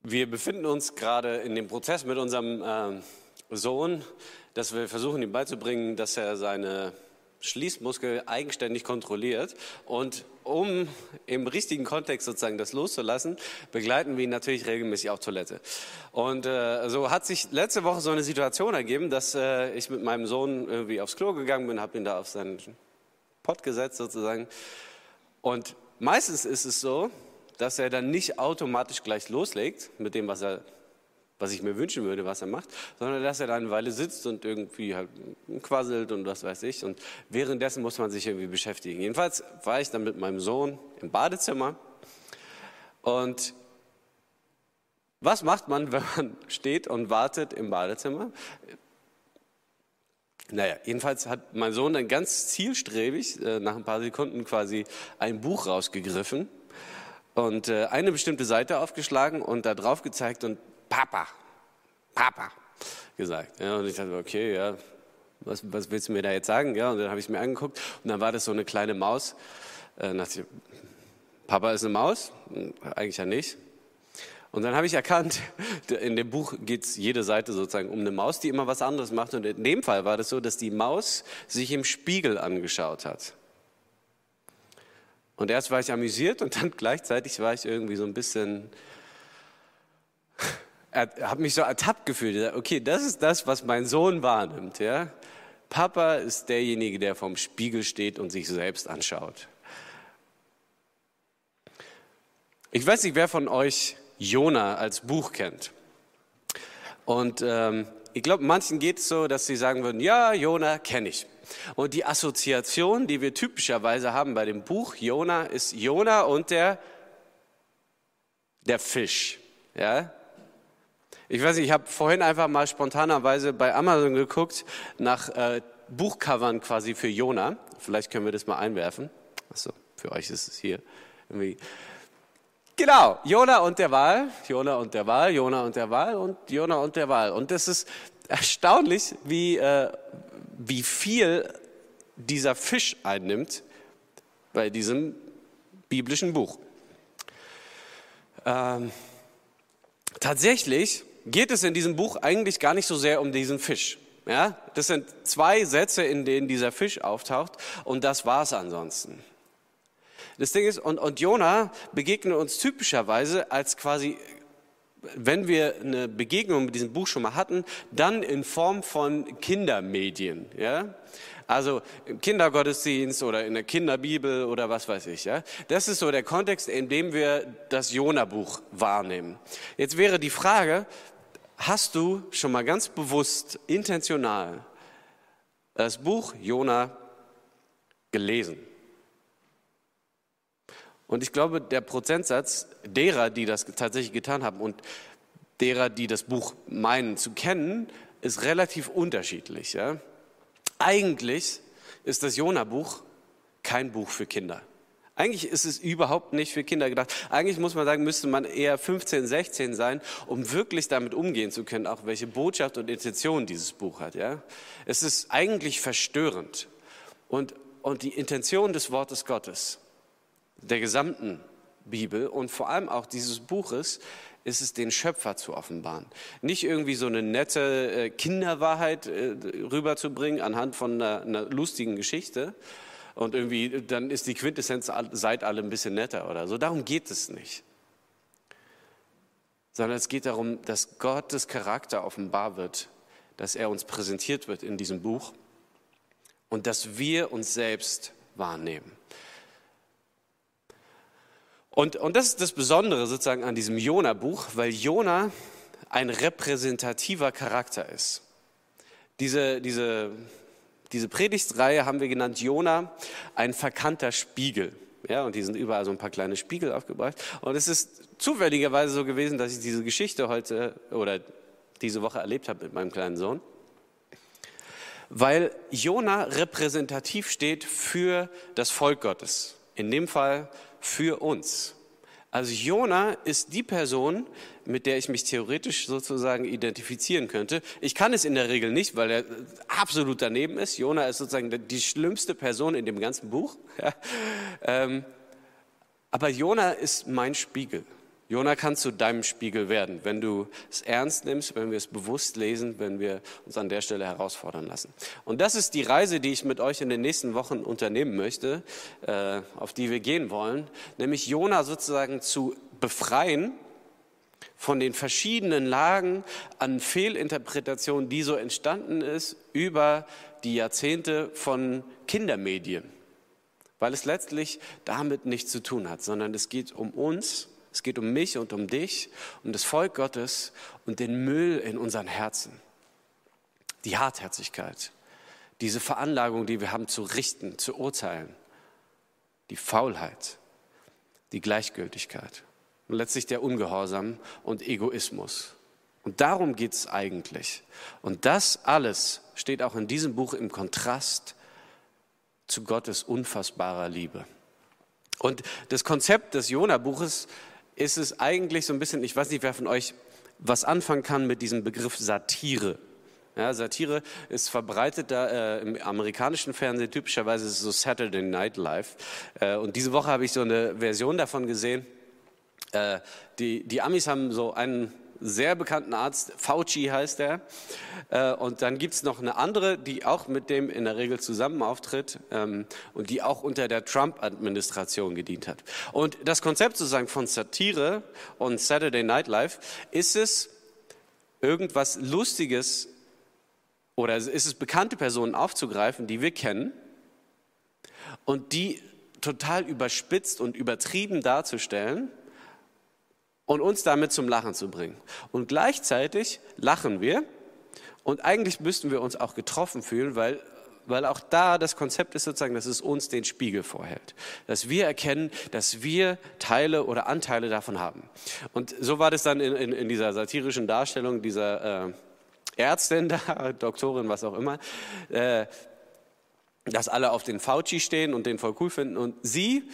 Wir befinden uns gerade in dem Prozess mit unserem Sohn, dass wir versuchen, ihm beizubringen, dass er seine Schließmuskel eigenständig kontrolliert. Und um im richtigen Kontext sozusagen das loszulassen, begleiten wir ihn natürlich regelmäßig auf Toilette. Und so hat sich letzte Woche so eine Situation ergeben, dass ich mit meinem Sohn irgendwie aufs Klo gegangen bin, habe ihn da auf seinen Pott gesetzt sozusagen. Und meistens ist es so, dass er dann nicht automatisch gleich loslegt mit dem, was ich mir wünschen würde, was er macht, sondern dass er dann eine Weile sitzt und irgendwie halt quasselt und was weiß ich. Und währenddessen muss man sich irgendwie beschäftigen. Jedenfalls war ich dann mit meinem Sohn im Badezimmer. Und was macht man, wenn man steht und wartet im Badezimmer? Naja, jedenfalls hat mein Sohn dann ganz zielstrebig nach ein paar Sekunden quasi ein Buch rausgegriffen und eine bestimmte Seite aufgeschlagen und da drauf gezeigt und Papa gesagt. Ja, und ich dachte, okay, ja, was willst du mir da jetzt sagen? Ja, und dann habe ich es mir angeguckt und dann war das so eine kleine Maus. Dachte ich, Papa ist eine Maus? Eigentlich ja nicht. Und dann habe ich erkannt, in dem Buch geht es jede Seite sozusagen um eine Maus, die immer was anderes macht. Und in dem Fall war das so, dass die Maus sich im Spiegel angeschaut hat. Und erst war ich amüsiert und dann gleichzeitig war ich irgendwie so ein bisschen, habe mich so ertappt gefühlt. Okay, das ist das, was mein Sohn wahrnimmt. Ja? Papa ist derjenige, der vorm Spiegel steht und sich selbst anschaut. Ich weiß nicht, wer von euch Jona als Buch kennt. Und ich glaube, manchen geht es so, dass sie sagen würden, ja, Jona kenne ich. Und die Assoziation, die wir typischerweise haben bei dem Buch Jona, ist Jona und der Fisch. Ja? Ich weiß nicht, ich habe vorhin einfach mal spontanerweise bei Amazon geguckt nach Buchcovern quasi für Jona. Vielleicht können wir das mal einwerfen. Achso, für euch ist es hier irgendwie. Genau, Jona und der Wal, Jona und der Wal, Jona und der Wal und Jona und der Wal. Und das ist erstaunlich, wie viel dieser Fisch einnimmt bei diesem biblischen Buch. Tatsächlich geht es in diesem Buch eigentlich gar nicht so sehr um diesen Fisch. Ja? Das sind 2 Sätze, in denen dieser Fisch auftaucht und das war's ansonsten. Das Ding ist, und Jona begegnet uns typischerweise als quasi, wenn wir eine Begegnung mit diesem Buch schon mal hatten, dann in Form von Kindermedien. Ja? Also im Kindergottesdienst oder in der Kinderbibel oder was weiß ich. Ja? Das ist so der Kontext, in dem wir das Jona-Buch wahrnehmen. Jetzt wäre die Frage, hast du schon mal ganz bewusst, intentional das Buch Jona gelesen? Und ich glaube, der Prozentsatz derer, die das tatsächlich getan haben und derer, die das Buch meinen zu kennen, ist relativ unterschiedlich. Ja? Eigentlich ist das Jona-Buch kein Buch für Kinder. Eigentlich ist es überhaupt nicht für Kinder gedacht. Eigentlich muss man sagen, müsste man eher 15, 16 sein, um wirklich damit umgehen zu können, auch welche Botschaft und Intention dieses Buch hat. Ja? Es ist eigentlich verstörend. Und die Intention des Wortes Gottes, der gesamten Bibel und vor allem auch dieses Buches, ist es, den Schöpfer zu offenbaren. Nicht irgendwie so eine nette Kinderwahrheit rüberzubringen anhand von einer lustigen Geschichte und irgendwie dann ist die Quintessenz, seid alle ein bisschen netter oder so. Darum geht es nicht. Sondern es geht darum, dass Gottes Charakter offenbar wird, dass er uns präsentiert wird in diesem Buch und dass wir uns selbst wahrnehmen. Und das ist das Besondere sozusagen an diesem Jona-Buch, weil Jona ein repräsentativer Charakter ist. Diese Predigtreihe haben wir genannt Jona, ein verkannter Spiegel. Ja, und die sind überall so ein paar kleine Spiegel aufgebracht. Und es ist zufälligerweise so gewesen, dass ich diese Geschichte heute oder diese Woche erlebt habe mit meinem kleinen Sohn. Weil Jona repräsentativ steht für das Volk Gottes. In dem Fall für uns. Also Jona ist die Person, mit der ich mich theoretisch sozusagen identifizieren könnte. Ich kann es in der Regel nicht, weil er absolut daneben ist. Jona ist sozusagen die schlimmste Person in dem ganzen Buch. Aber Jona ist mein Spiegel. Jona kann zu deinem Spiegel werden, wenn du es ernst nimmst, wenn wir es bewusst lesen, wenn wir uns an der Stelle herausfordern lassen. Und das ist die Reise, die ich mit euch in den nächsten Wochen unternehmen möchte, auf die wir gehen wollen, nämlich Jona sozusagen zu befreien von den verschiedenen Lagen an Fehlinterpretationen, die so entstanden ist über die Jahrzehnte von Kindermedien. Weil es letztlich damit nichts zu tun hat, sondern es geht um uns, es geht um mich und um dich, um das Volk Gottes und den Müll in unseren Herzen. Die Hartherzigkeit, diese Veranlagung, die wir haben zu richten, zu urteilen, die Faulheit, die Gleichgültigkeit und letztlich der Ungehorsam und Egoismus. Und darum geht es eigentlich. Und das alles steht auch in diesem Buch im Kontrast zu Gottes unfassbarer Liebe. Und das Konzept des Jona-Buches ist es eigentlich so ein bisschen, ich weiß nicht, wer von euch was anfangen kann mit diesem Begriff Satire. Ja, Satire ist verbreitet da im amerikanischen Fernsehen, typischerweise ist es so Saturday Night Live. Und diese Woche habe ich so eine Version davon gesehen. Die Amis haben so einen sehr bekannten Arzt, Fauci heißt er. Und dann gibt es noch eine andere, die auch mit dem in der Regel zusammen auftritt und die auch unter der Trump-Administration gedient hat. Und das Konzept sozusagen von Satire und Saturday Night Live, ist es irgendwas Lustiges oder ist es bekannte Personen aufzugreifen, die wir kennen und die total überspitzt und übertrieben darzustellen und uns damit zum Lachen zu bringen. Und gleichzeitig lachen wir und eigentlich müssten wir uns auch getroffen fühlen, weil auch da das Konzept ist sozusagen, dass es uns den Spiegel vorhält. Dass wir erkennen, dass wir Teile oder Anteile davon haben. Und so war das dann in dieser satirischen Darstellung dieser Ärztin da, Doktorin, was auch immer, dass alle auf den Fauci stehen und den voll cool finden und sie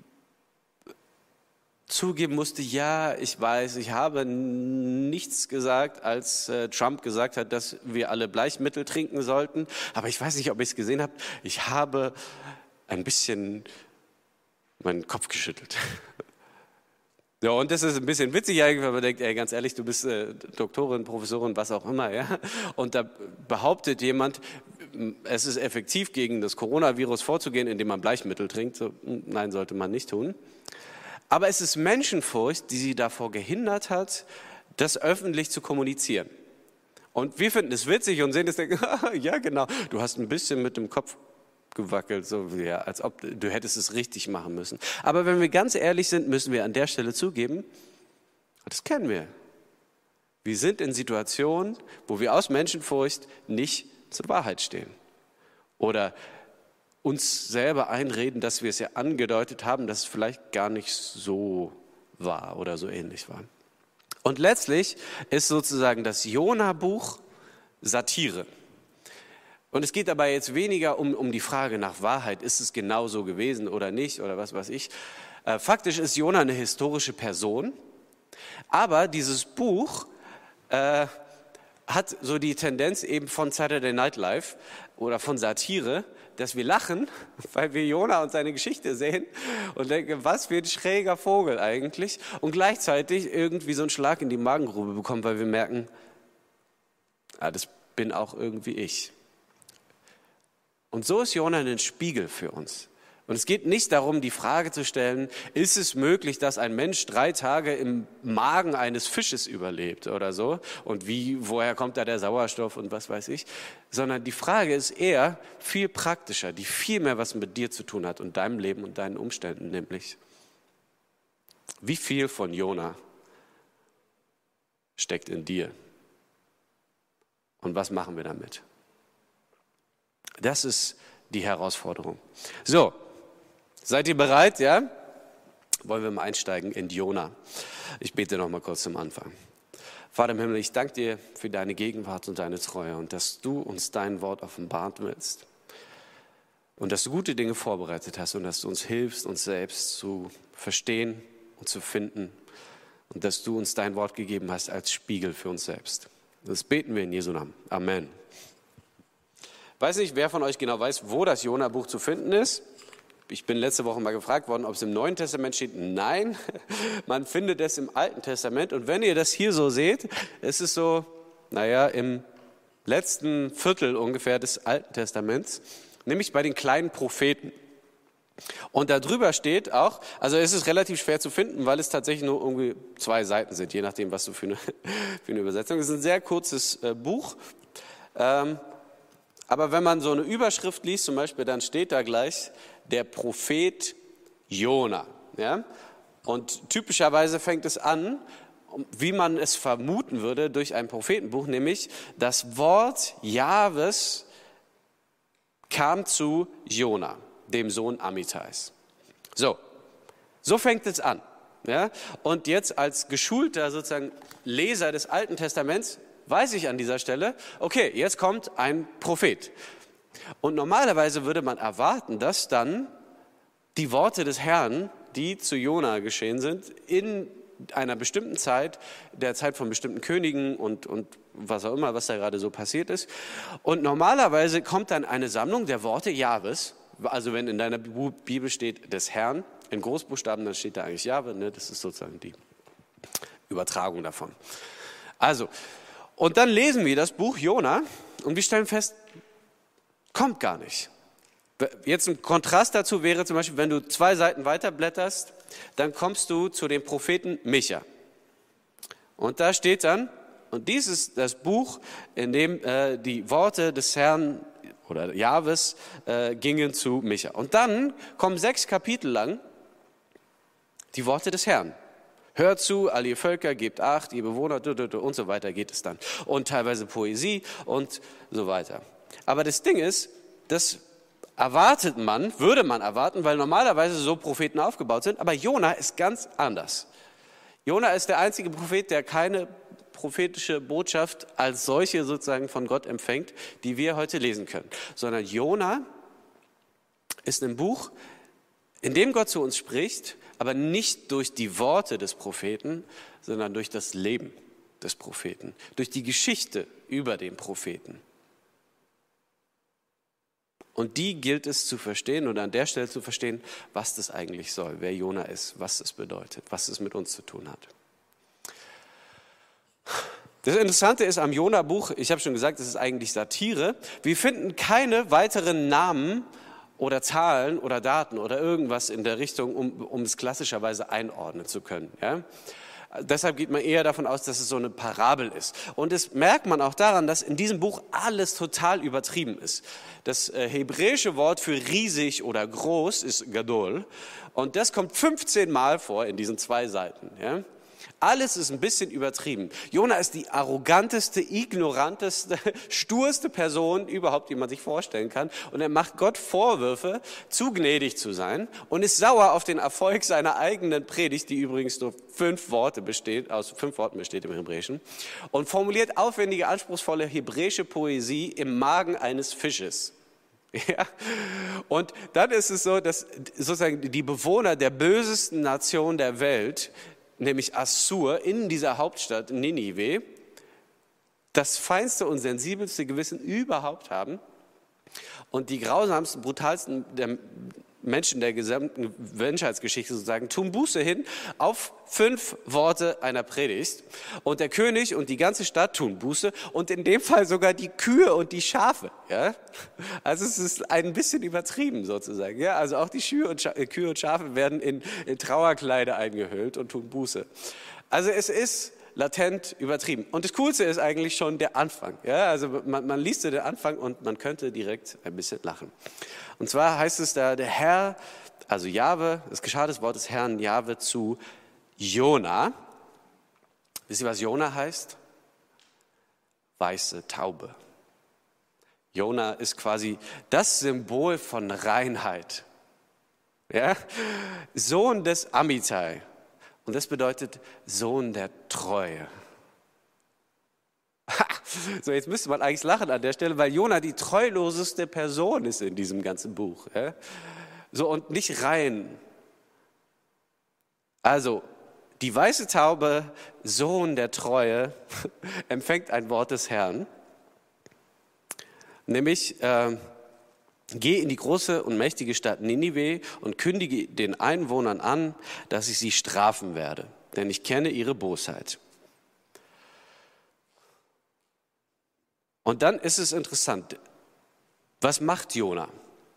zugeben musste, ja, ich weiß, ich habe nichts gesagt, als Trump gesagt hat, dass wir alle Bleichmittel trinken sollten. Aber ich weiß nicht, ob ich es gesehen habe. Ich habe ein bisschen meinen Kopf geschüttelt. Ja, und das ist ein bisschen witzig, weil man denkt, ey, ganz ehrlich, du bist Doktorin, Professorin, was auch immer. Ja? Und da behauptet jemand, es ist effektiv gegen das Coronavirus vorzugehen, indem man Bleichmittel trinkt. So, nein, sollte man nicht tun. Aber es ist Menschenfurcht, die sie davor gehindert hat, das öffentlich zu kommunizieren. Und wir finden es witzig und sehen es, denken, ja genau, du hast ein bisschen mit dem Kopf gewackelt, so ja, als ob du hättest es richtig machen müssen. Aber wenn wir ganz ehrlich sind, müssen wir an der Stelle zugeben, das kennen wir. Wir sind in Situationen, wo wir aus Menschenfurcht nicht zur Wahrheit stehen. Oder uns selber einreden, dass wir es ja angedeutet haben, dass es vielleicht gar nicht so war oder so ähnlich war. Und letztlich ist sozusagen das Jona-Buch Satire. Und es geht dabei jetzt weniger um die Frage nach Wahrheit, ist es genau so gewesen oder nicht oder was weiß ich. Faktisch ist Jona eine historische Person, aber dieses Buch hat so die Tendenz eben von Saturday Night Live oder von Satire, dass wir lachen, weil wir Jona und seine Geschichte sehen und denken, was für ein schräger Vogel eigentlich. Und gleichzeitig irgendwie so einen Schlag in die Magengrube bekommen, weil wir merken, das bin auch irgendwie ich. Und so ist Jona ein Spiegel für uns. Und es geht nicht darum, die Frage zu stellen, ist es möglich, dass ein Mensch 3 Tage im Magen eines Fisches überlebt oder so? Und woher kommt da der Sauerstoff und was weiß ich? Sondern die Frage ist eher viel praktischer, die viel mehr was mit dir zu tun hat und deinem Leben und deinen Umständen, nämlich wie viel von Jona steckt in dir? Und was machen wir damit? Das ist die Herausforderung. So. Seid ihr bereit, ja? Wollen wir mal einsteigen in Jona. Ich bete noch mal kurz zum Anfang. Vater im Himmel, ich danke dir für deine Gegenwart und deine Treue und dass du uns dein Wort offenbart willst. Und dass du gute Dinge vorbereitet hast und dass du uns hilfst, uns selbst zu verstehen und zu finden. Und dass du uns dein Wort gegeben hast als Spiegel für uns selbst. Das beten wir in Jesu Namen. Amen. Weiß nicht, wer von euch genau weiß, wo das Jona-Buch zu finden ist. Ich bin letzte Woche mal gefragt worden, ob es im Neuen Testament steht. Nein, man findet es im Alten Testament. Und wenn ihr das hier so seht, ist es so, im letzten Viertel ungefähr des Alten Testaments, nämlich bei den kleinen Propheten. Und darüber steht auch, also es ist relativ schwer zu finden, weil es tatsächlich nur irgendwie 2 Seiten sind, je nachdem, was du für eine Übersetzung. Es ist ein sehr kurzes Buch. Aber wenn man so eine Überschrift liest, zum Beispiel, dann steht da gleich der Prophet Jona. Ja? Und typischerweise fängt es an, wie man es vermuten würde, durch ein Prophetenbuch, nämlich das Wort Jahwes kam zu Jona, dem Sohn Amittais. So fängt es an. Ja? Und jetzt als geschulter sozusagen Leser des Alten Testaments weiß ich an dieser Stelle, okay, jetzt kommt ein Prophet. Und normalerweise würde man erwarten, dass dann die Worte des Herrn, die zu Jona geschehen sind, in einer bestimmten Zeit, der Zeit von bestimmten Königen und was auch immer, was da gerade so passiert ist. Und normalerweise kommt dann eine Sammlung der Worte Jahwes, also wenn in deiner Bibel steht des Herrn, in Großbuchstaben, dann steht da eigentlich Jahwe, ne? Das ist sozusagen die Übertragung davon. Also, und dann lesen wir das Buch Jona und wir stellen fest, kommt gar nicht. Jetzt ein Kontrast dazu wäre zum Beispiel, wenn du 2 Seiten weiter blätterst, dann kommst du zu dem Propheten Micha. Und da steht dann, und dies ist das Buch, in dem die Worte des Herrn oder Jahwes gingen zu Micha. Und dann kommen 6 Kapitel lang die Worte des Herrn. Hört zu, all ihr Völker, gebt Acht, ihr Bewohner, und so weiter geht es dann. Und teilweise Poesie und so weiter. Aber das Ding ist, das würde man erwarten, weil normalerweise so Propheten aufgebaut sind. Aber Jona ist ganz anders. Jona ist der einzige Prophet, der keine prophetische Botschaft als solche sozusagen von Gott empfängt, die wir heute lesen können. Sondern Jona ist ein Buch, in dem Gott zu uns spricht, aber nicht durch die Worte des Propheten, sondern durch das Leben des Propheten, durch die Geschichte über den Propheten. Und die gilt es zu verstehen und an der Stelle zu verstehen, was das eigentlich soll, wer Jona ist, was es bedeutet, was es mit uns zu tun hat. Das Interessante ist am Jona-Buch, ich habe schon gesagt, es ist eigentlich Satire. Wir finden keine weiteren Namen oder Zahlen oder Daten oder irgendwas in der Richtung, um es klassischerweise einordnen zu können. Ja? Deshalb geht man eher davon aus, dass es so eine Parabel ist. Und das merkt man auch daran, dass in diesem Buch alles total übertrieben ist. Das hebräische Wort für riesig oder groß ist Gadol. Und das kommt 15 Mal vor in diesen 2 Seiten. Ja? Alles ist ein bisschen übertrieben. Jona ist die arroganteste, ignoranteste, sturste Person überhaupt, die man sich vorstellen kann. Und er macht Gott Vorwürfe, zu gnädig zu sein und ist sauer auf den Erfolg seiner eigenen Predigt, die übrigens nur 5 Worten besteht im Hebräischen, und formuliert aufwendige, anspruchsvolle hebräische Poesie im Magen eines Fisches. Ja. Und dann ist es so, dass sozusagen die Bewohner der bösesten Nation der Welt, nämlich Assur, in dieser Hauptstadt Ninive, das feinste und sensibelste Gewissen überhaupt haben und die grausamsten, brutalsten der Menschen der gesamten Menschheitsgeschichte sozusagen tun Buße hin auf 5 Worte einer Predigt. Und der König und die ganze Stadt tun Buße und in dem Fall sogar die Kühe und die Schafe. Ja? Also es ist ein bisschen übertrieben sozusagen. Ja? Also auch die Kühe und Schafe werden in Trauerkleider eingehüllt und tun Buße. Also es ist latent übertrieben. Und das Coolste ist eigentlich schon der Anfang. Ja? Also man liest so den Anfang und man könnte direkt ein bisschen lachen. Und zwar heißt es da, der Herr, also Jahwe, es geschah das Wort des Herrn Jahwe zu Jona. Wisst ihr, was Jona heißt? Weiße Taube. Jona ist quasi das Symbol von Reinheit. Ja? Sohn des Amittai. Und das bedeutet Sohn der Treue. So, jetzt müsste man eigentlich lachen an der Stelle, weil Jona die treuloseste Person ist in diesem ganzen Buch. Ja? So, und nicht rein. Also, die weiße Taube, Sohn der Treue, empfängt ein Wort des Herrn. Nämlich, Geh in die große und mächtige Stadt Ninive und kündige den Einwohnern an, dass ich sie strafen werde, denn ich kenne ihre Bosheit. Und dann ist es interessant, was macht Jona?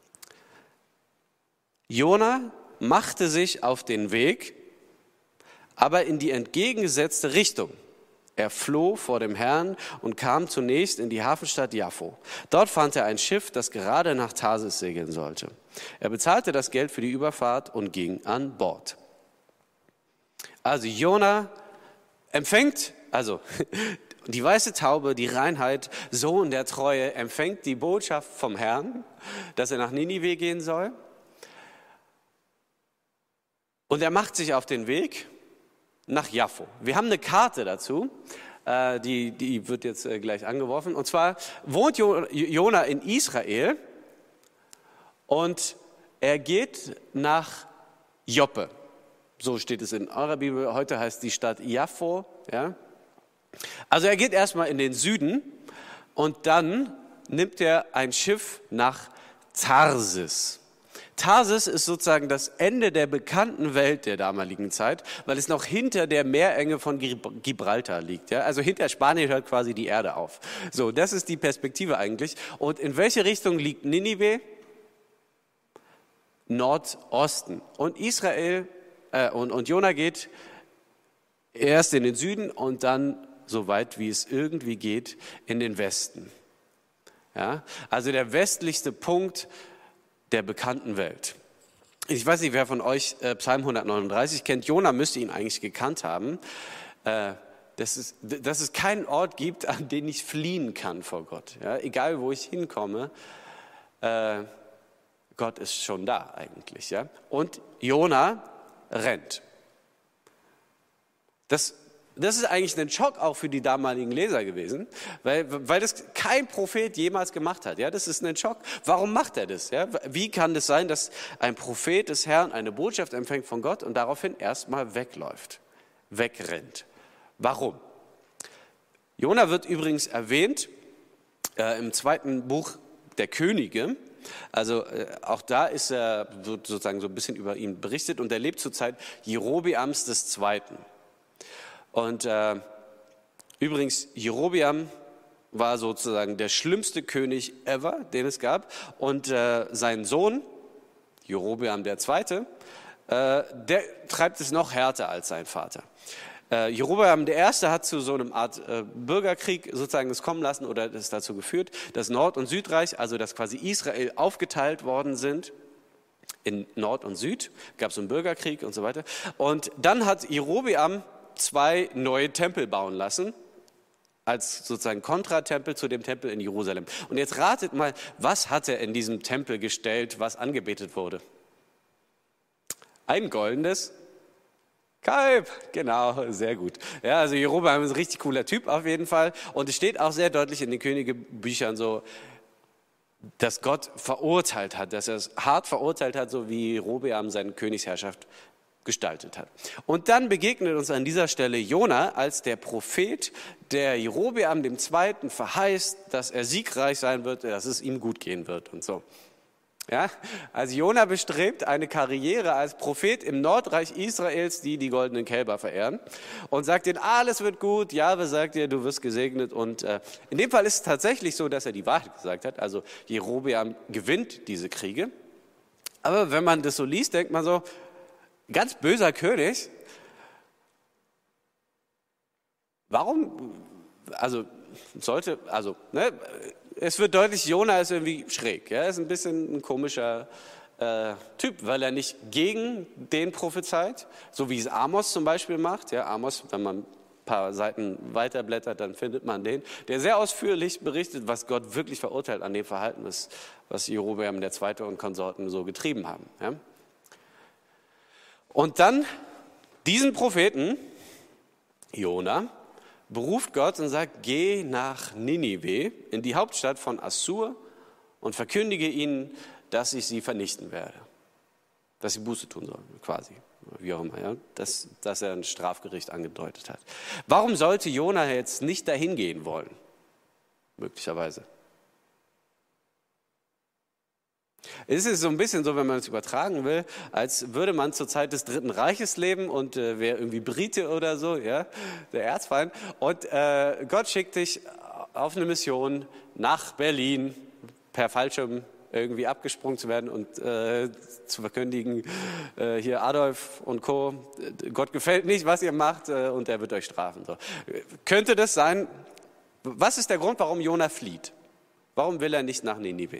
Jona machte sich auf den Weg, aber in die entgegengesetzte Richtung. Er floh vor dem Herrn und kam zunächst in die Hafenstadt Jaffo. Dort fand er ein Schiff, das gerade nach Tarsis segeln sollte. Er bezahlte das Geld für die Überfahrt und ging an Bord. Also Jona empfängt, die weiße Taube, die Reinheit, Sohn der Treue, empfängt die Botschaft vom Herrn, dass er nach Ninive gehen soll. Und er macht sich auf den Weg nach Jaffo. Wir haben eine Karte dazu, die wird jetzt gleich angeworfen. Und zwar wohnt Jona in Israel und er geht nach Joppe. So steht es in eurer Bibel. Heute heißt die Stadt Jaffo. Ja? Also er geht erstmal in den Süden und dann nimmt er ein Schiff nach Tarsis. Tarsis ist sozusagen das Ende der bekannten Welt der damaligen Zeit, weil es noch hinter der Meerenge von Gibraltar liegt. Ja? Also hinter Spanien hört quasi die Erde auf. So, das ist die Perspektive eigentlich. Und in welche Richtung liegt Ninive? Nordosten. Und und Jona geht erst in den Süden und dann, so weit wie es irgendwie geht, in den Westen. Ja? Also der westlichste Punkt der bekannten Welt. Ich weiß nicht, wer von euch Psalm 139 kennt. Jona müsste ihn eigentlich gekannt haben. Dass es keinen Ort gibt, an den ich fliehen kann vor Gott. Ja, egal, wo ich hinkomme, Gott ist schon da eigentlich. Ja? Und Jona rennt. Das ist eigentlich ein Schock auch für die damaligen Leser gewesen, weil das kein Prophet jemals gemacht hat. Ja, das ist ein Schock. Warum macht er das? Ja, wie kann das sein, dass ein Prophet des Herrn eine Botschaft empfängt von Gott und daraufhin erstmal wegläuft, wegrennt? Warum? Jona wird übrigens erwähnt im 2. Buch der Könige. Also auch da wird sozusagen so ein bisschen über ihn berichtet und er lebt zur Zeit Jerobeams des Zweiten. Und übrigens, Jerobeam war sozusagen der schlimmste König ever, den es gab. Und sein Sohn, Jerobeam II., der treibt es noch härter als sein Vater. Jerobeam I. hat zu so einer Art Bürgerkrieg sozusagen es kommen lassen oder das dazu geführt, dass Nord- und Südreich, also dass quasi Israel aufgeteilt worden sind. In Nord und Süd gab es einen Bürgerkrieg und so weiter. Und dann hat Jerobeam 2 neue Tempel bauen lassen, als sozusagen Kontratempel zu dem Tempel in Jerusalem. Und jetzt ratet mal, was hat er in diesem Tempel gestellt, was angebetet wurde? Ein goldenes Kalb, genau, sehr gut. Ja, also Jerobeam ist ein richtig cooler Typ auf jeden Fall. Und es steht auch sehr deutlich in den Königebüchern so, dass Gott verurteilt hat, dass er es hart verurteilt hat, so wie Jerobeam seine Königsherrschaft gestaltet hat. Und dann begegnet uns an dieser Stelle Jona als der Prophet, der Jerobeam II. Verheißt, dass er siegreich sein wird, dass es ihm gut gehen wird und so. Ja, also Jona bestrebt eine Karriere als Prophet im Nordreich Israels, die die goldenen Kälber verehren und sagt ihnen, alles wird gut, Jahwe sagt dir, du wirst gesegnet und in dem Fall ist es tatsächlich so, dass er die Wahrheit gesagt hat, also Jerobeam gewinnt diese Kriege, aber wenn man das so liest, denkt man so, ganz böser König, warum, es wird deutlich, Jona ist irgendwie schräg, ja, ist ein bisschen ein komischer Typ, weil er nicht gegen den prophezeit, so wie es Amos zum Beispiel macht, ja, Amos, wenn man ein paar Seiten weiterblättert, dann findet man den, der sehr ausführlich berichtet, was Gott wirklich verurteilt an dem Verhalten ist, was Jerobeam II. Und Konsorten so getrieben haben, ja. Und dann diesen Propheten, Jona, beruft Gott und sagt, geh nach Ninive, in die Hauptstadt von Assur und verkündige ihnen, dass ich sie vernichten werde. Dass sie Buße tun sollen, quasi. Wie auch immer, ja? Dass er ein Strafgericht angedeutet hat. Warum sollte Jona jetzt nicht dahin gehen wollen? Möglicherweise. Es ist so ein bisschen so, wenn man es übertragen will, als würde man zur Zeit des Dritten Reiches leben und wäre irgendwie Brite oder so, ja, der Erzfeind. Und Gott schickt dich auf eine Mission nach Berlin, per Fallschirm irgendwie abgesprungen zu werden und zu verkündigen, hier Adolf und Co., Gott gefällt nicht, was ihr macht und er wird euch strafen. So. Könnte das sein? Was ist der Grund, warum Jona flieht? Warum will er nicht nach Ninive?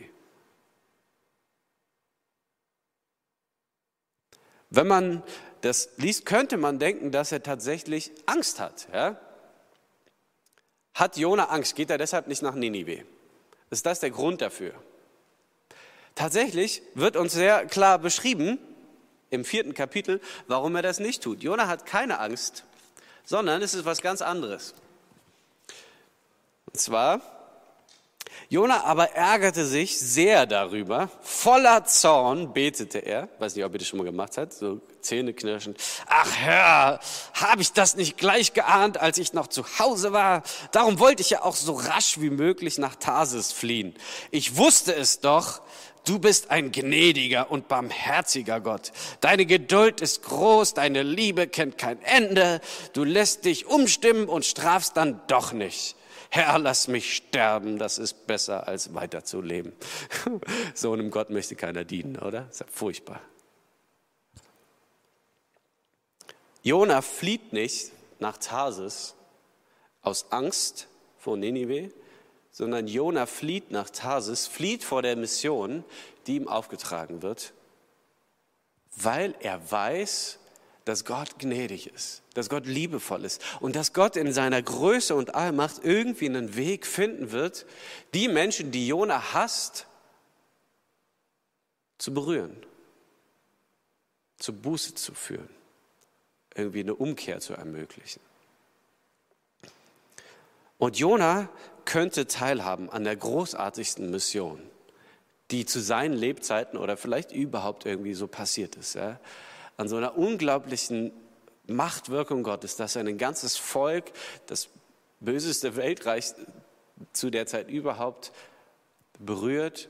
Wenn man das liest, könnte man denken, dass er tatsächlich Angst hat. Ja? Hat Jona Angst? Geht er deshalb nicht nach Ninive? Ist das der Grund dafür? Tatsächlich wird uns sehr klar beschrieben im 4. Kapitel, warum er das nicht tut. Jona hat keine Angst, sondern es ist was ganz anderes. Und zwar, Jona aber ärgerte sich sehr darüber, voller Zorn betete er, weiß nicht, ob ihr das schon mal gemacht habt, so zähneknirschend. Ach Herr, habe ich das nicht gleich geahnt, als ich noch zu Hause war? Darum wollte ich ja auch so rasch wie möglich nach Tarsis fliehen. Ich wusste es doch, du bist ein gnädiger und barmherziger Gott. Deine Geduld ist groß, deine Liebe kennt kein Ende. Du lässt dich umstimmen und strafst dann doch nicht. Herr, lass mich sterben, das ist besser, als weiterzuleben. So einem Gott möchte keiner dienen, oder? Das ist ja furchtbar. Jona flieht nicht nach Tarsis aus Angst vor Ninive, sondern Jona flieht nach Tarsis, flieht vor der Mission, die ihm aufgetragen wird, weil er weiß, dass Gott gnädig ist, dass Gott liebevoll ist und dass Gott in seiner Größe und Allmacht irgendwie einen Weg finden wird, die Menschen, die Jona hasst, zu berühren, zur Buße zu führen, irgendwie eine Umkehr zu ermöglichen. Und Jona könnte teilhaben an der großartigsten Mission, die zu seinen Lebzeiten oder vielleicht überhaupt irgendwie so passiert ist, ja? An so einer unglaublichen Machtwirkung Gottes, dass er ein ganzes Volk, das böseste Weltreich zu der Zeit überhaupt, berührt.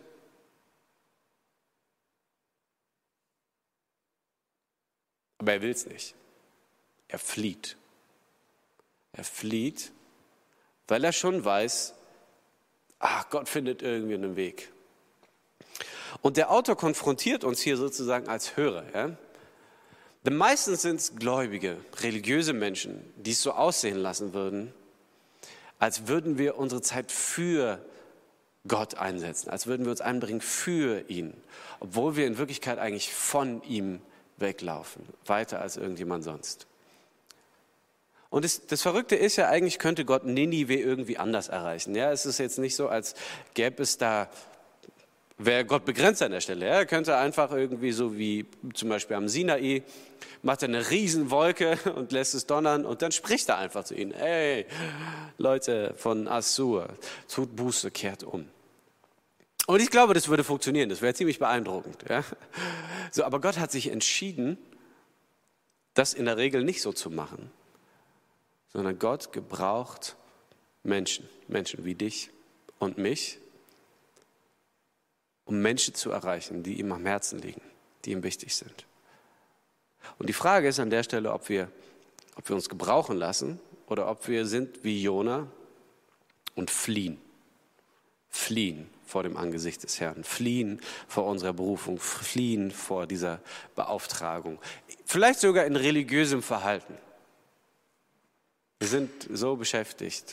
Aber er will es nicht. Er flieht. Er flieht, weil er schon weiß, Gott findet irgendwie einen Weg. Und der Autor konfrontiert uns hier sozusagen als Hörer, ja? Denn meistens sind es gläubige, religiöse Menschen, die es so aussehen lassen würden, als würden wir unsere Zeit für Gott einsetzen, als würden wir uns einbringen für ihn, obwohl wir in Wirklichkeit eigentlich von ihm weglaufen, weiter als irgendjemand sonst. Und das Verrückte ist ja, eigentlich könnte Gott Ninive irgendwie anders erreichen. Ja, es ist jetzt nicht so, als gäbe es da, wäre Gott begrenzt an der Stelle. Ja, er könnte einfach irgendwie so wie zum Beispiel am Sinai, macht er eine Riesenwolke und lässt es donnern und dann spricht er einfach zu ihnen. Hey, Leute von Assur, tut Buße, kehrt um. Und ich glaube, das würde funktionieren, das wäre ziemlich beeindruckend. Ja? So, aber Gott hat sich entschieden, das in der Regel nicht so zu machen, sondern Gott gebraucht Menschen wie dich und mich, um Menschen zu erreichen, die ihm am Herzen liegen, die ihm wichtig sind. Und die Frage ist an der Stelle, ob wir uns gebrauchen lassen oder ob wir sind wie Jona und fliehen. Fliehen vor dem Angesicht des Herrn, fliehen vor unserer Berufung, fliehen vor dieser Beauftragung. Vielleicht sogar in religiösem Verhalten. Wir sind so beschäftigt.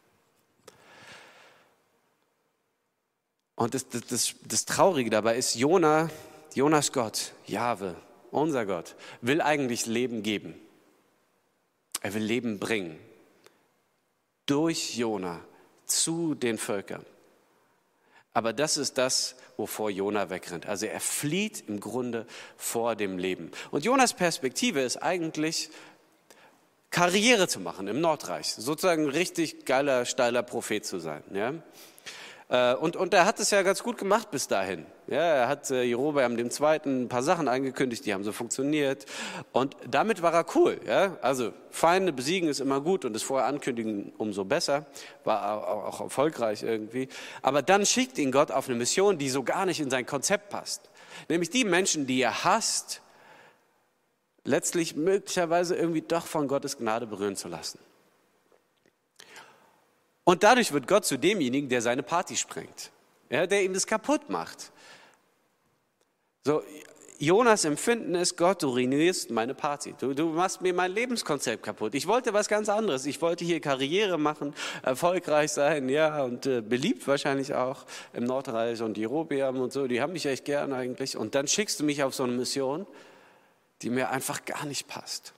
Und das Traurige dabei ist, Jonas Gott, Jahwe, unser Gott, will eigentlich Leben geben. Er will Leben bringen. Durch Jona zu den Völkern. Aber das ist das, wovor Jona wegrennt. Also er flieht im Grunde vor dem Leben. Und Jonas Perspektive ist eigentlich, Karriere zu machen im Nordreich. Sozusagen ein richtig geiler, steiler Prophet zu sein. Ja? Und er hat es ja ganz gut gemacht bis dahin. Ja, er hat Jerobeam II. Ein paar Sachen angekündigt, die haben so funktioniert. Und damit war er cool. Ja? Also Feinde besiegen ist immer gut und das vorher ankündigen umso besser. War auch erfolgreich irgendwie. Aber dann schickt ihn Gott auf eine Mission, die so gar nicht in sein Konzept passt. Nämlich die Menschen, die er hasst, letztlich möglicherweise irgendwie doch von Gottes Gnade berühren zu lassen. Und dadurch wird Gott zu demjenigen, der seine Party sprengt, ja, der ihm das kaputt macht. So, Jonas Empfinden ist, Gott, du ruinierst meine Party. Du machst mir mein Lebenskonzept kaputt. Ich wollte was ganz anderes. Ich wollte hier Karriere machen, erfolgreich sein, ja, und beliebt wahrscheinlich auch im Nordreich und Jerobeam und so. Die haben mich echt gern eigentlich. Und dann schickst du mich auf so eine Mission, die mir einfach gar nicht passt.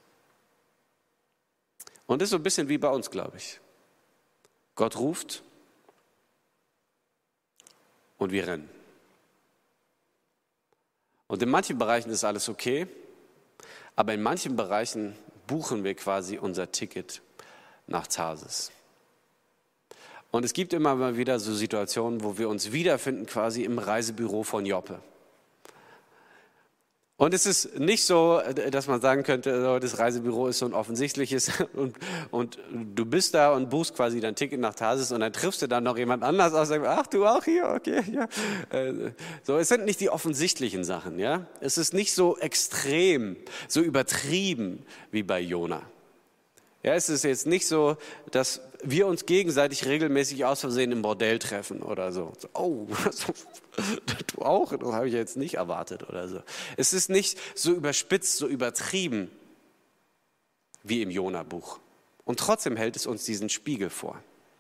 Und das ist so ein bisschen wie bei uns, glaube ich. Gott ruft und wir rennen. Und in manchen Bereichen ist alles okay, aber in manchen Bereichen buchen wir quasi unser Ticket nach Tarsis. Und es gibt immer mal wieder so Situationen, wo wir uns wiederfinden quasi im Reisebüro von Joppe. Und es ist nicht so, dass man sagen könnte, das Reisebüro ist so ein offensichtliches und du bist da und buchst quasi dein Ticket nach Tarsis und dann triffst du dann noch jemand anders aus und sagst, ach, du auch hier, okay, ja. So, es sind nicht die offensichtlichen Sachen, ja. Es ist nicht so extrem, so übertrieben wie bei Jona. Ja, es ist jetzt nicht so, dass wir uns gegenseitig regelmäßig aus Versehen im Bordell treffen oder so. Oh, du auch? Das habe ich jetzt nicht erwartet oder so. Es ist nicht so überspitzt, so übertrieben wie im Jona-Buch. Und trotzdem hält es uns diesen Spiegel vor.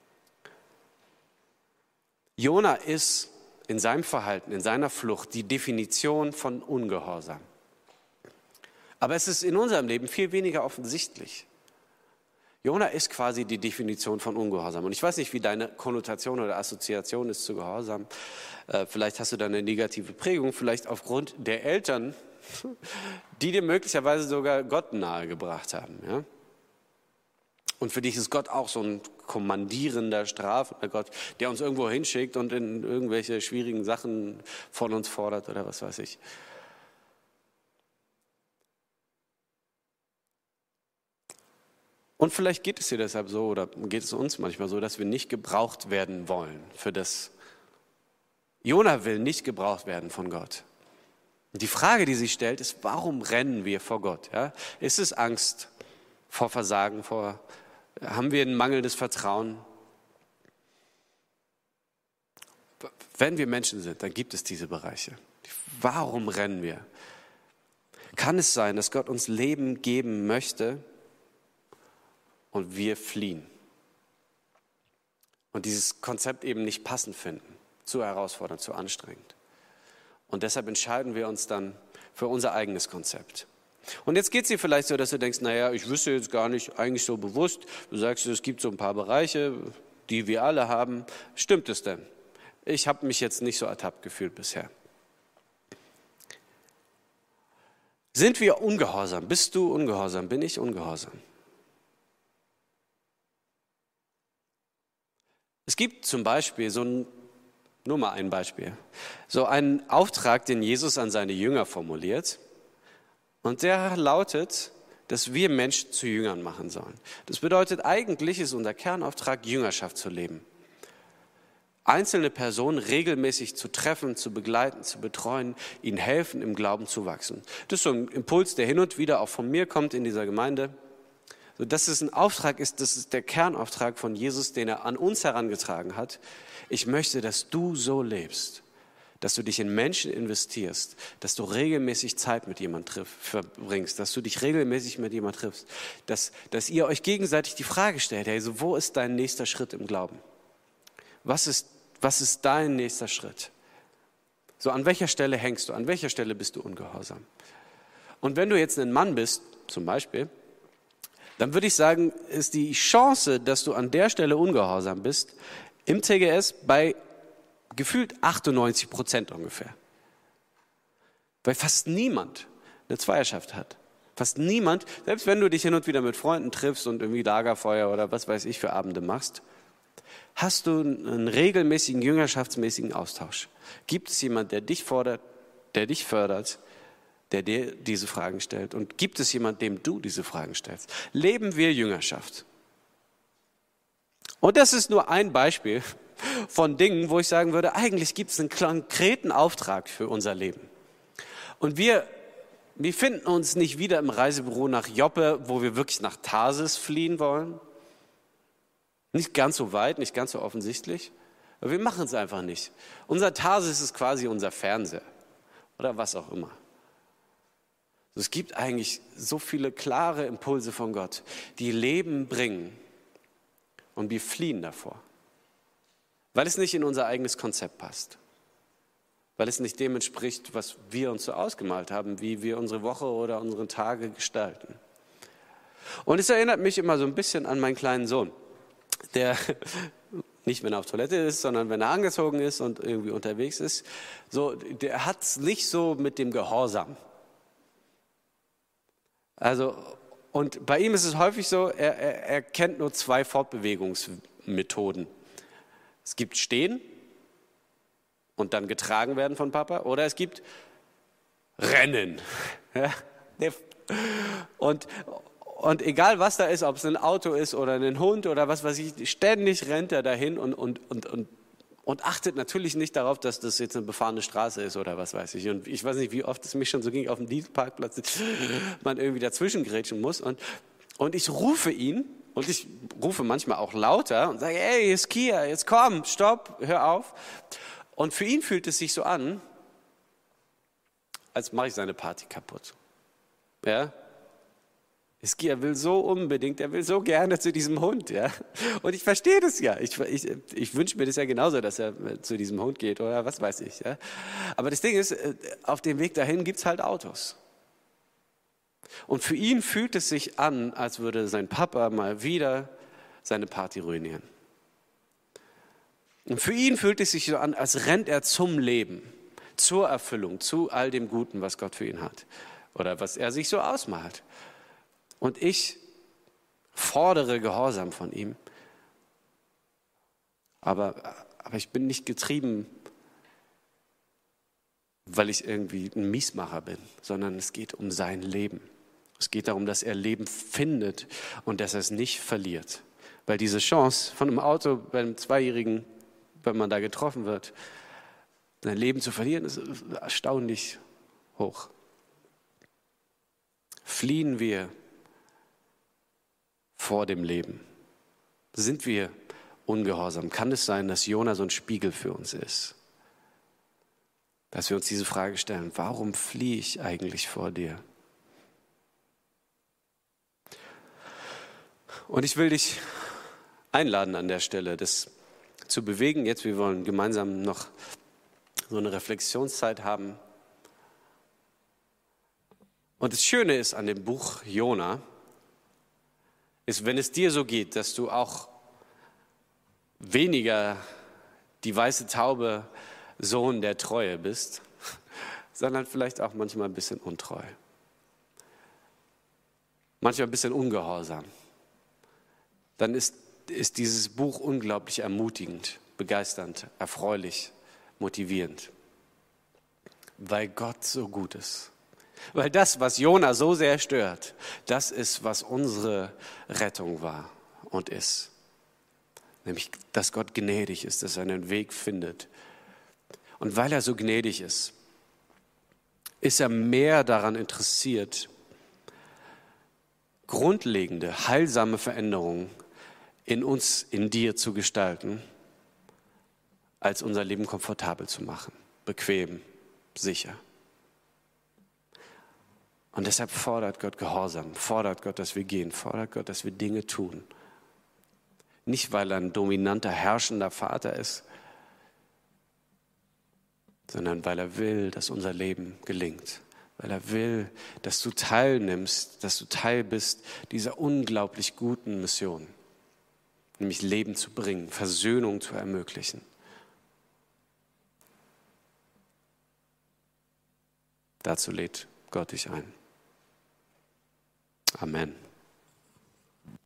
Jona ist in seinem Verhalten, in seiner Flucht die Definition von Ungehorsam. Aber es ist in unserem Leben viel weniger offensichtlich. Jona ist quasi die Definition von Ungehorsam. Und ich weiß nicht, wie deine Konnotation oder Assoziation ist zu Gehorsam. Vielleicht hast du da eine negative Prägung, vielleicht aufgrund der Eltern, die dir möglicherweise sogar Gott nahegebracht haben. Ja? Und für dich ist Gott auch so ein kommandierender, strafender Gott, der uns irgendwo hinschickt und in irgendwelche schwierigen Sachen von uns fordert oder was weiß ich. Und vielleicht geht es dir deshalb so oder geht es uns manchmal so, dass wir nicht gebraucht werden wollen für das. Jona will nicht gebraucht werden von Gott. Und die Frage, die sich stellt, ist, warum rennen wir vor Gott? Ja? Ist es Angst vor Versagen, haben wir ein mangelndes Vertrauen? Wenn wir Menschen sind, dann gibt es diese Bereiche. Warum rennen wir? Kann es sein, dass Gott uns Leben geben möchte und wir fliehen? Und dieses Konzept eben nicht passend finden, zu herausfordernd, zu anstrengend. Und deshalb entscheiden wir uns dann für unser eigenes Konzept. Und jetzt geht es dir vielleicht so, dass du denkst, naja, ich wüsste jetzt gar nicht eigentlich so bewusst. Du sagst, es gibt so ein paar Bereiche, die wir alle haben. Stimmt es denn? Ich habe mich jetzt nicht so ertappt gefühlt bisher. Sind wir ungehorsam? Bist du ungehorsam? Bin ich ungehorsam? Es gibt zum Beispiel nur mal ein Beispiel, so einen Auftrag, den Jesus an seine Jünger formuliert. Und der lautet, dass wir Menschen zu Jüngern machen sollen. Das bedeutet, eigentlich ist unser Kernauftrag, Jüngerschaft zu leben. Einzelne Personen regelmäßig zu treffen, zu begleiten, zu betreuen, ihnen helfen, im Glauben zu wachsen. Das ist so ein Impuls, der hin und wieder auch von mir kommt in dieser Gemeinde. So, dass es ein Auftrag ist, das ist der Kernauftrag von Jesus, den er an uns herangetragen hat. Ich möchte, dass du so lebst, dass du dich in Menschen investierst, dass du regelmäßig Zeit mit jemandem verbringst, dass du dich regelmäßig mit jemandem triffst, dass ihr euch gegenseitig die Frage stellt, hey, so, wo ist dein nächster Schritt im Glauben? Was ist dein nächster Schritt? So, an welcher Stelle hängst du? An welcher Stelle bist du ungehorsam? Und wenn du jetzt ein Mann bist, zum Beispiel, dann würde ich sagen, ist die Chance, dass du an der Stelle ungehorsam bist, im TGS bei gefühlt 98% ungefähr. Weil fast niemand eine Zweierschaft hat. Fast niemand, selbst wenn du dich hin und wieder mit Freunden triffst und irgendwie Lagerfeuer oder was weiß ich für Abende machst, Hast du einen regelmäßigen, jüngerschaftsmäßigen Austausch? Gibt es jemanden, der dich fordert, der dich fördert, der dir diese Fragen stellt? Und gibt es jemanden, dem du diese Fragen stellst? Leben wir Jüngerschaft? Und das ist nur ein Beispiel von Dingen, wo ich sagen würde, eigentlich gibt es einen konkreten Auftrag für unser Leben. Und wir finden uns nicht wieder im Reisebüro nach Joppe, wo wir wirklich nach Tarsis fliehen wollen. Nicht ganz so weit, nicht ganz so offensichtlich. Aber wir machen es einfach nicht. Unser Tarsis ist quasi unser Fernseher oder was auch immer. Es gibt eigentlich so viele klare Impulse von Gott, die Leben bringen. Und wir fliehen davor, weil es nicht in unser eigenes Konzept passt. Weil es nicht dem entspricht, was wir uns so ausgemalt haben, wie wir unsere Woche oder unsere Tage gestalten. Und es erinnert mich immer so ein bisschen an meinen kleinen Sohn, der nicht, wenn er auf Toilette ist, sondern wenn er angezogen ist und irgendwie unterwegs ist, so, der hat es nicht so mit dem Gehorsam. Also, und bei ihm ist es häufig so, er kennt nur 2 Fortbewegungsmethoden. Es gibt Stehen und dann getragen werden von Papa, oder es gibt Rennen. Ja? Und egal was da ist, ob es ein Auto ist oder ein Hund oder was weiß ich, ständig rennt er dahin und achtet natürlich nicht darauf, dass das jetzt eine befahrene Straße ist oder was weiß ich. Und ich weiß nicht, wie oft es mich schon so ging, auf dem Dienstparkplatz man irgendwie dazwischen grätschen muss. Und ich rufe ihn, und ich rufe manchmal auch lauter und sage, hey, jetzt Kia, jetzt komm, stopp, hör auf. Und für ihn fühlt es sich so an, als mache ich seine Party kaputt. Ja? Skia will so unbedingt, er will so gerne zu diesem Hund. Ja? Und ich verstehe das ja. Ich wünsche mir das ja genauso, dass er zu diesem Hund geht oder was weiß ich. Ja? Aber das Ding ist, auf dem Weg dahin gibt es halt Autos. Und für ihn fühlt es sich an, als würde sein Papa mal wieder seine Party ruinieren. Und für ihn fühlt es sich so an, als rennt er zum Leben, zur Erfüllung, zu all dem Guten, was Gott für ihn hat oder was er sich so ausmalt. Und ich fordere Gehorsam von ihm, aber ich bin nicht getrieben, weil ich irgendwie ein Miesmacher bin, sondern es geht um sein Leben. Es geht darum, dass er Leben findet und dass er es nicht verliert. Weil diese Chance von einem Auto bei einem Zweijährigen, wenn man da getroffen wird, sein Leben zu verlieren, ist erstaunlich hoch. Fliehen wir vor dem Leben? Sind wir ungehorsam? Kann es sein, dass Jona so ein Spiegel für uns ist? Dass wir uns diese Frage stellen, warum fliehe ich eigentlich vor dir? Und ich will dich einladen an der Stelle, das zu bewegen. Jetzt, wir wollen gemeinsam noch so eine Reflexionszeit haben. Und das Schöne ist an dem Buch Jona, ist, wenn es dir so geht, dass du auch weniger die weiße Taube Sohn der Treue bist, sondern vielleicht auch manchmal ein bisschen untreu. Manchmal ein bisschen ungehorsam. Dann ist dieses Buch unglaublich ermutigend, begeisternd, erfreulich, motivierend. Weil Gott so gut ist. Weil das, was Jona so sehr stört, das ist, was unsere Rettung war und ist. Nämlich, dass Gott gnädig ist, dass er einen Weg findet. Und weil er so gnädig ist er mehr daran interessiert, grundlegende, heilsame Veränderungen in uns, in dir zu gestalten, als unser Leben komfortabel zu machen, bequem, sicher. Und deshalb fordert Gott Gehorsam, fordert Gott, dass wir gehen, fordert Gott, dass wir Dinge tun. Nicht, weil er ein dominanter, herrschender Vater ist, sondern weil er will, dass unser Leben gelingt. Weil er will, dass du teilnimmst, dass du Teil bist dieser unglaublich guten Mission. Nämlich Leben zu bringen, Versöhnung zu ermöglichen. Dazu lädt Gott dich ein. Amen.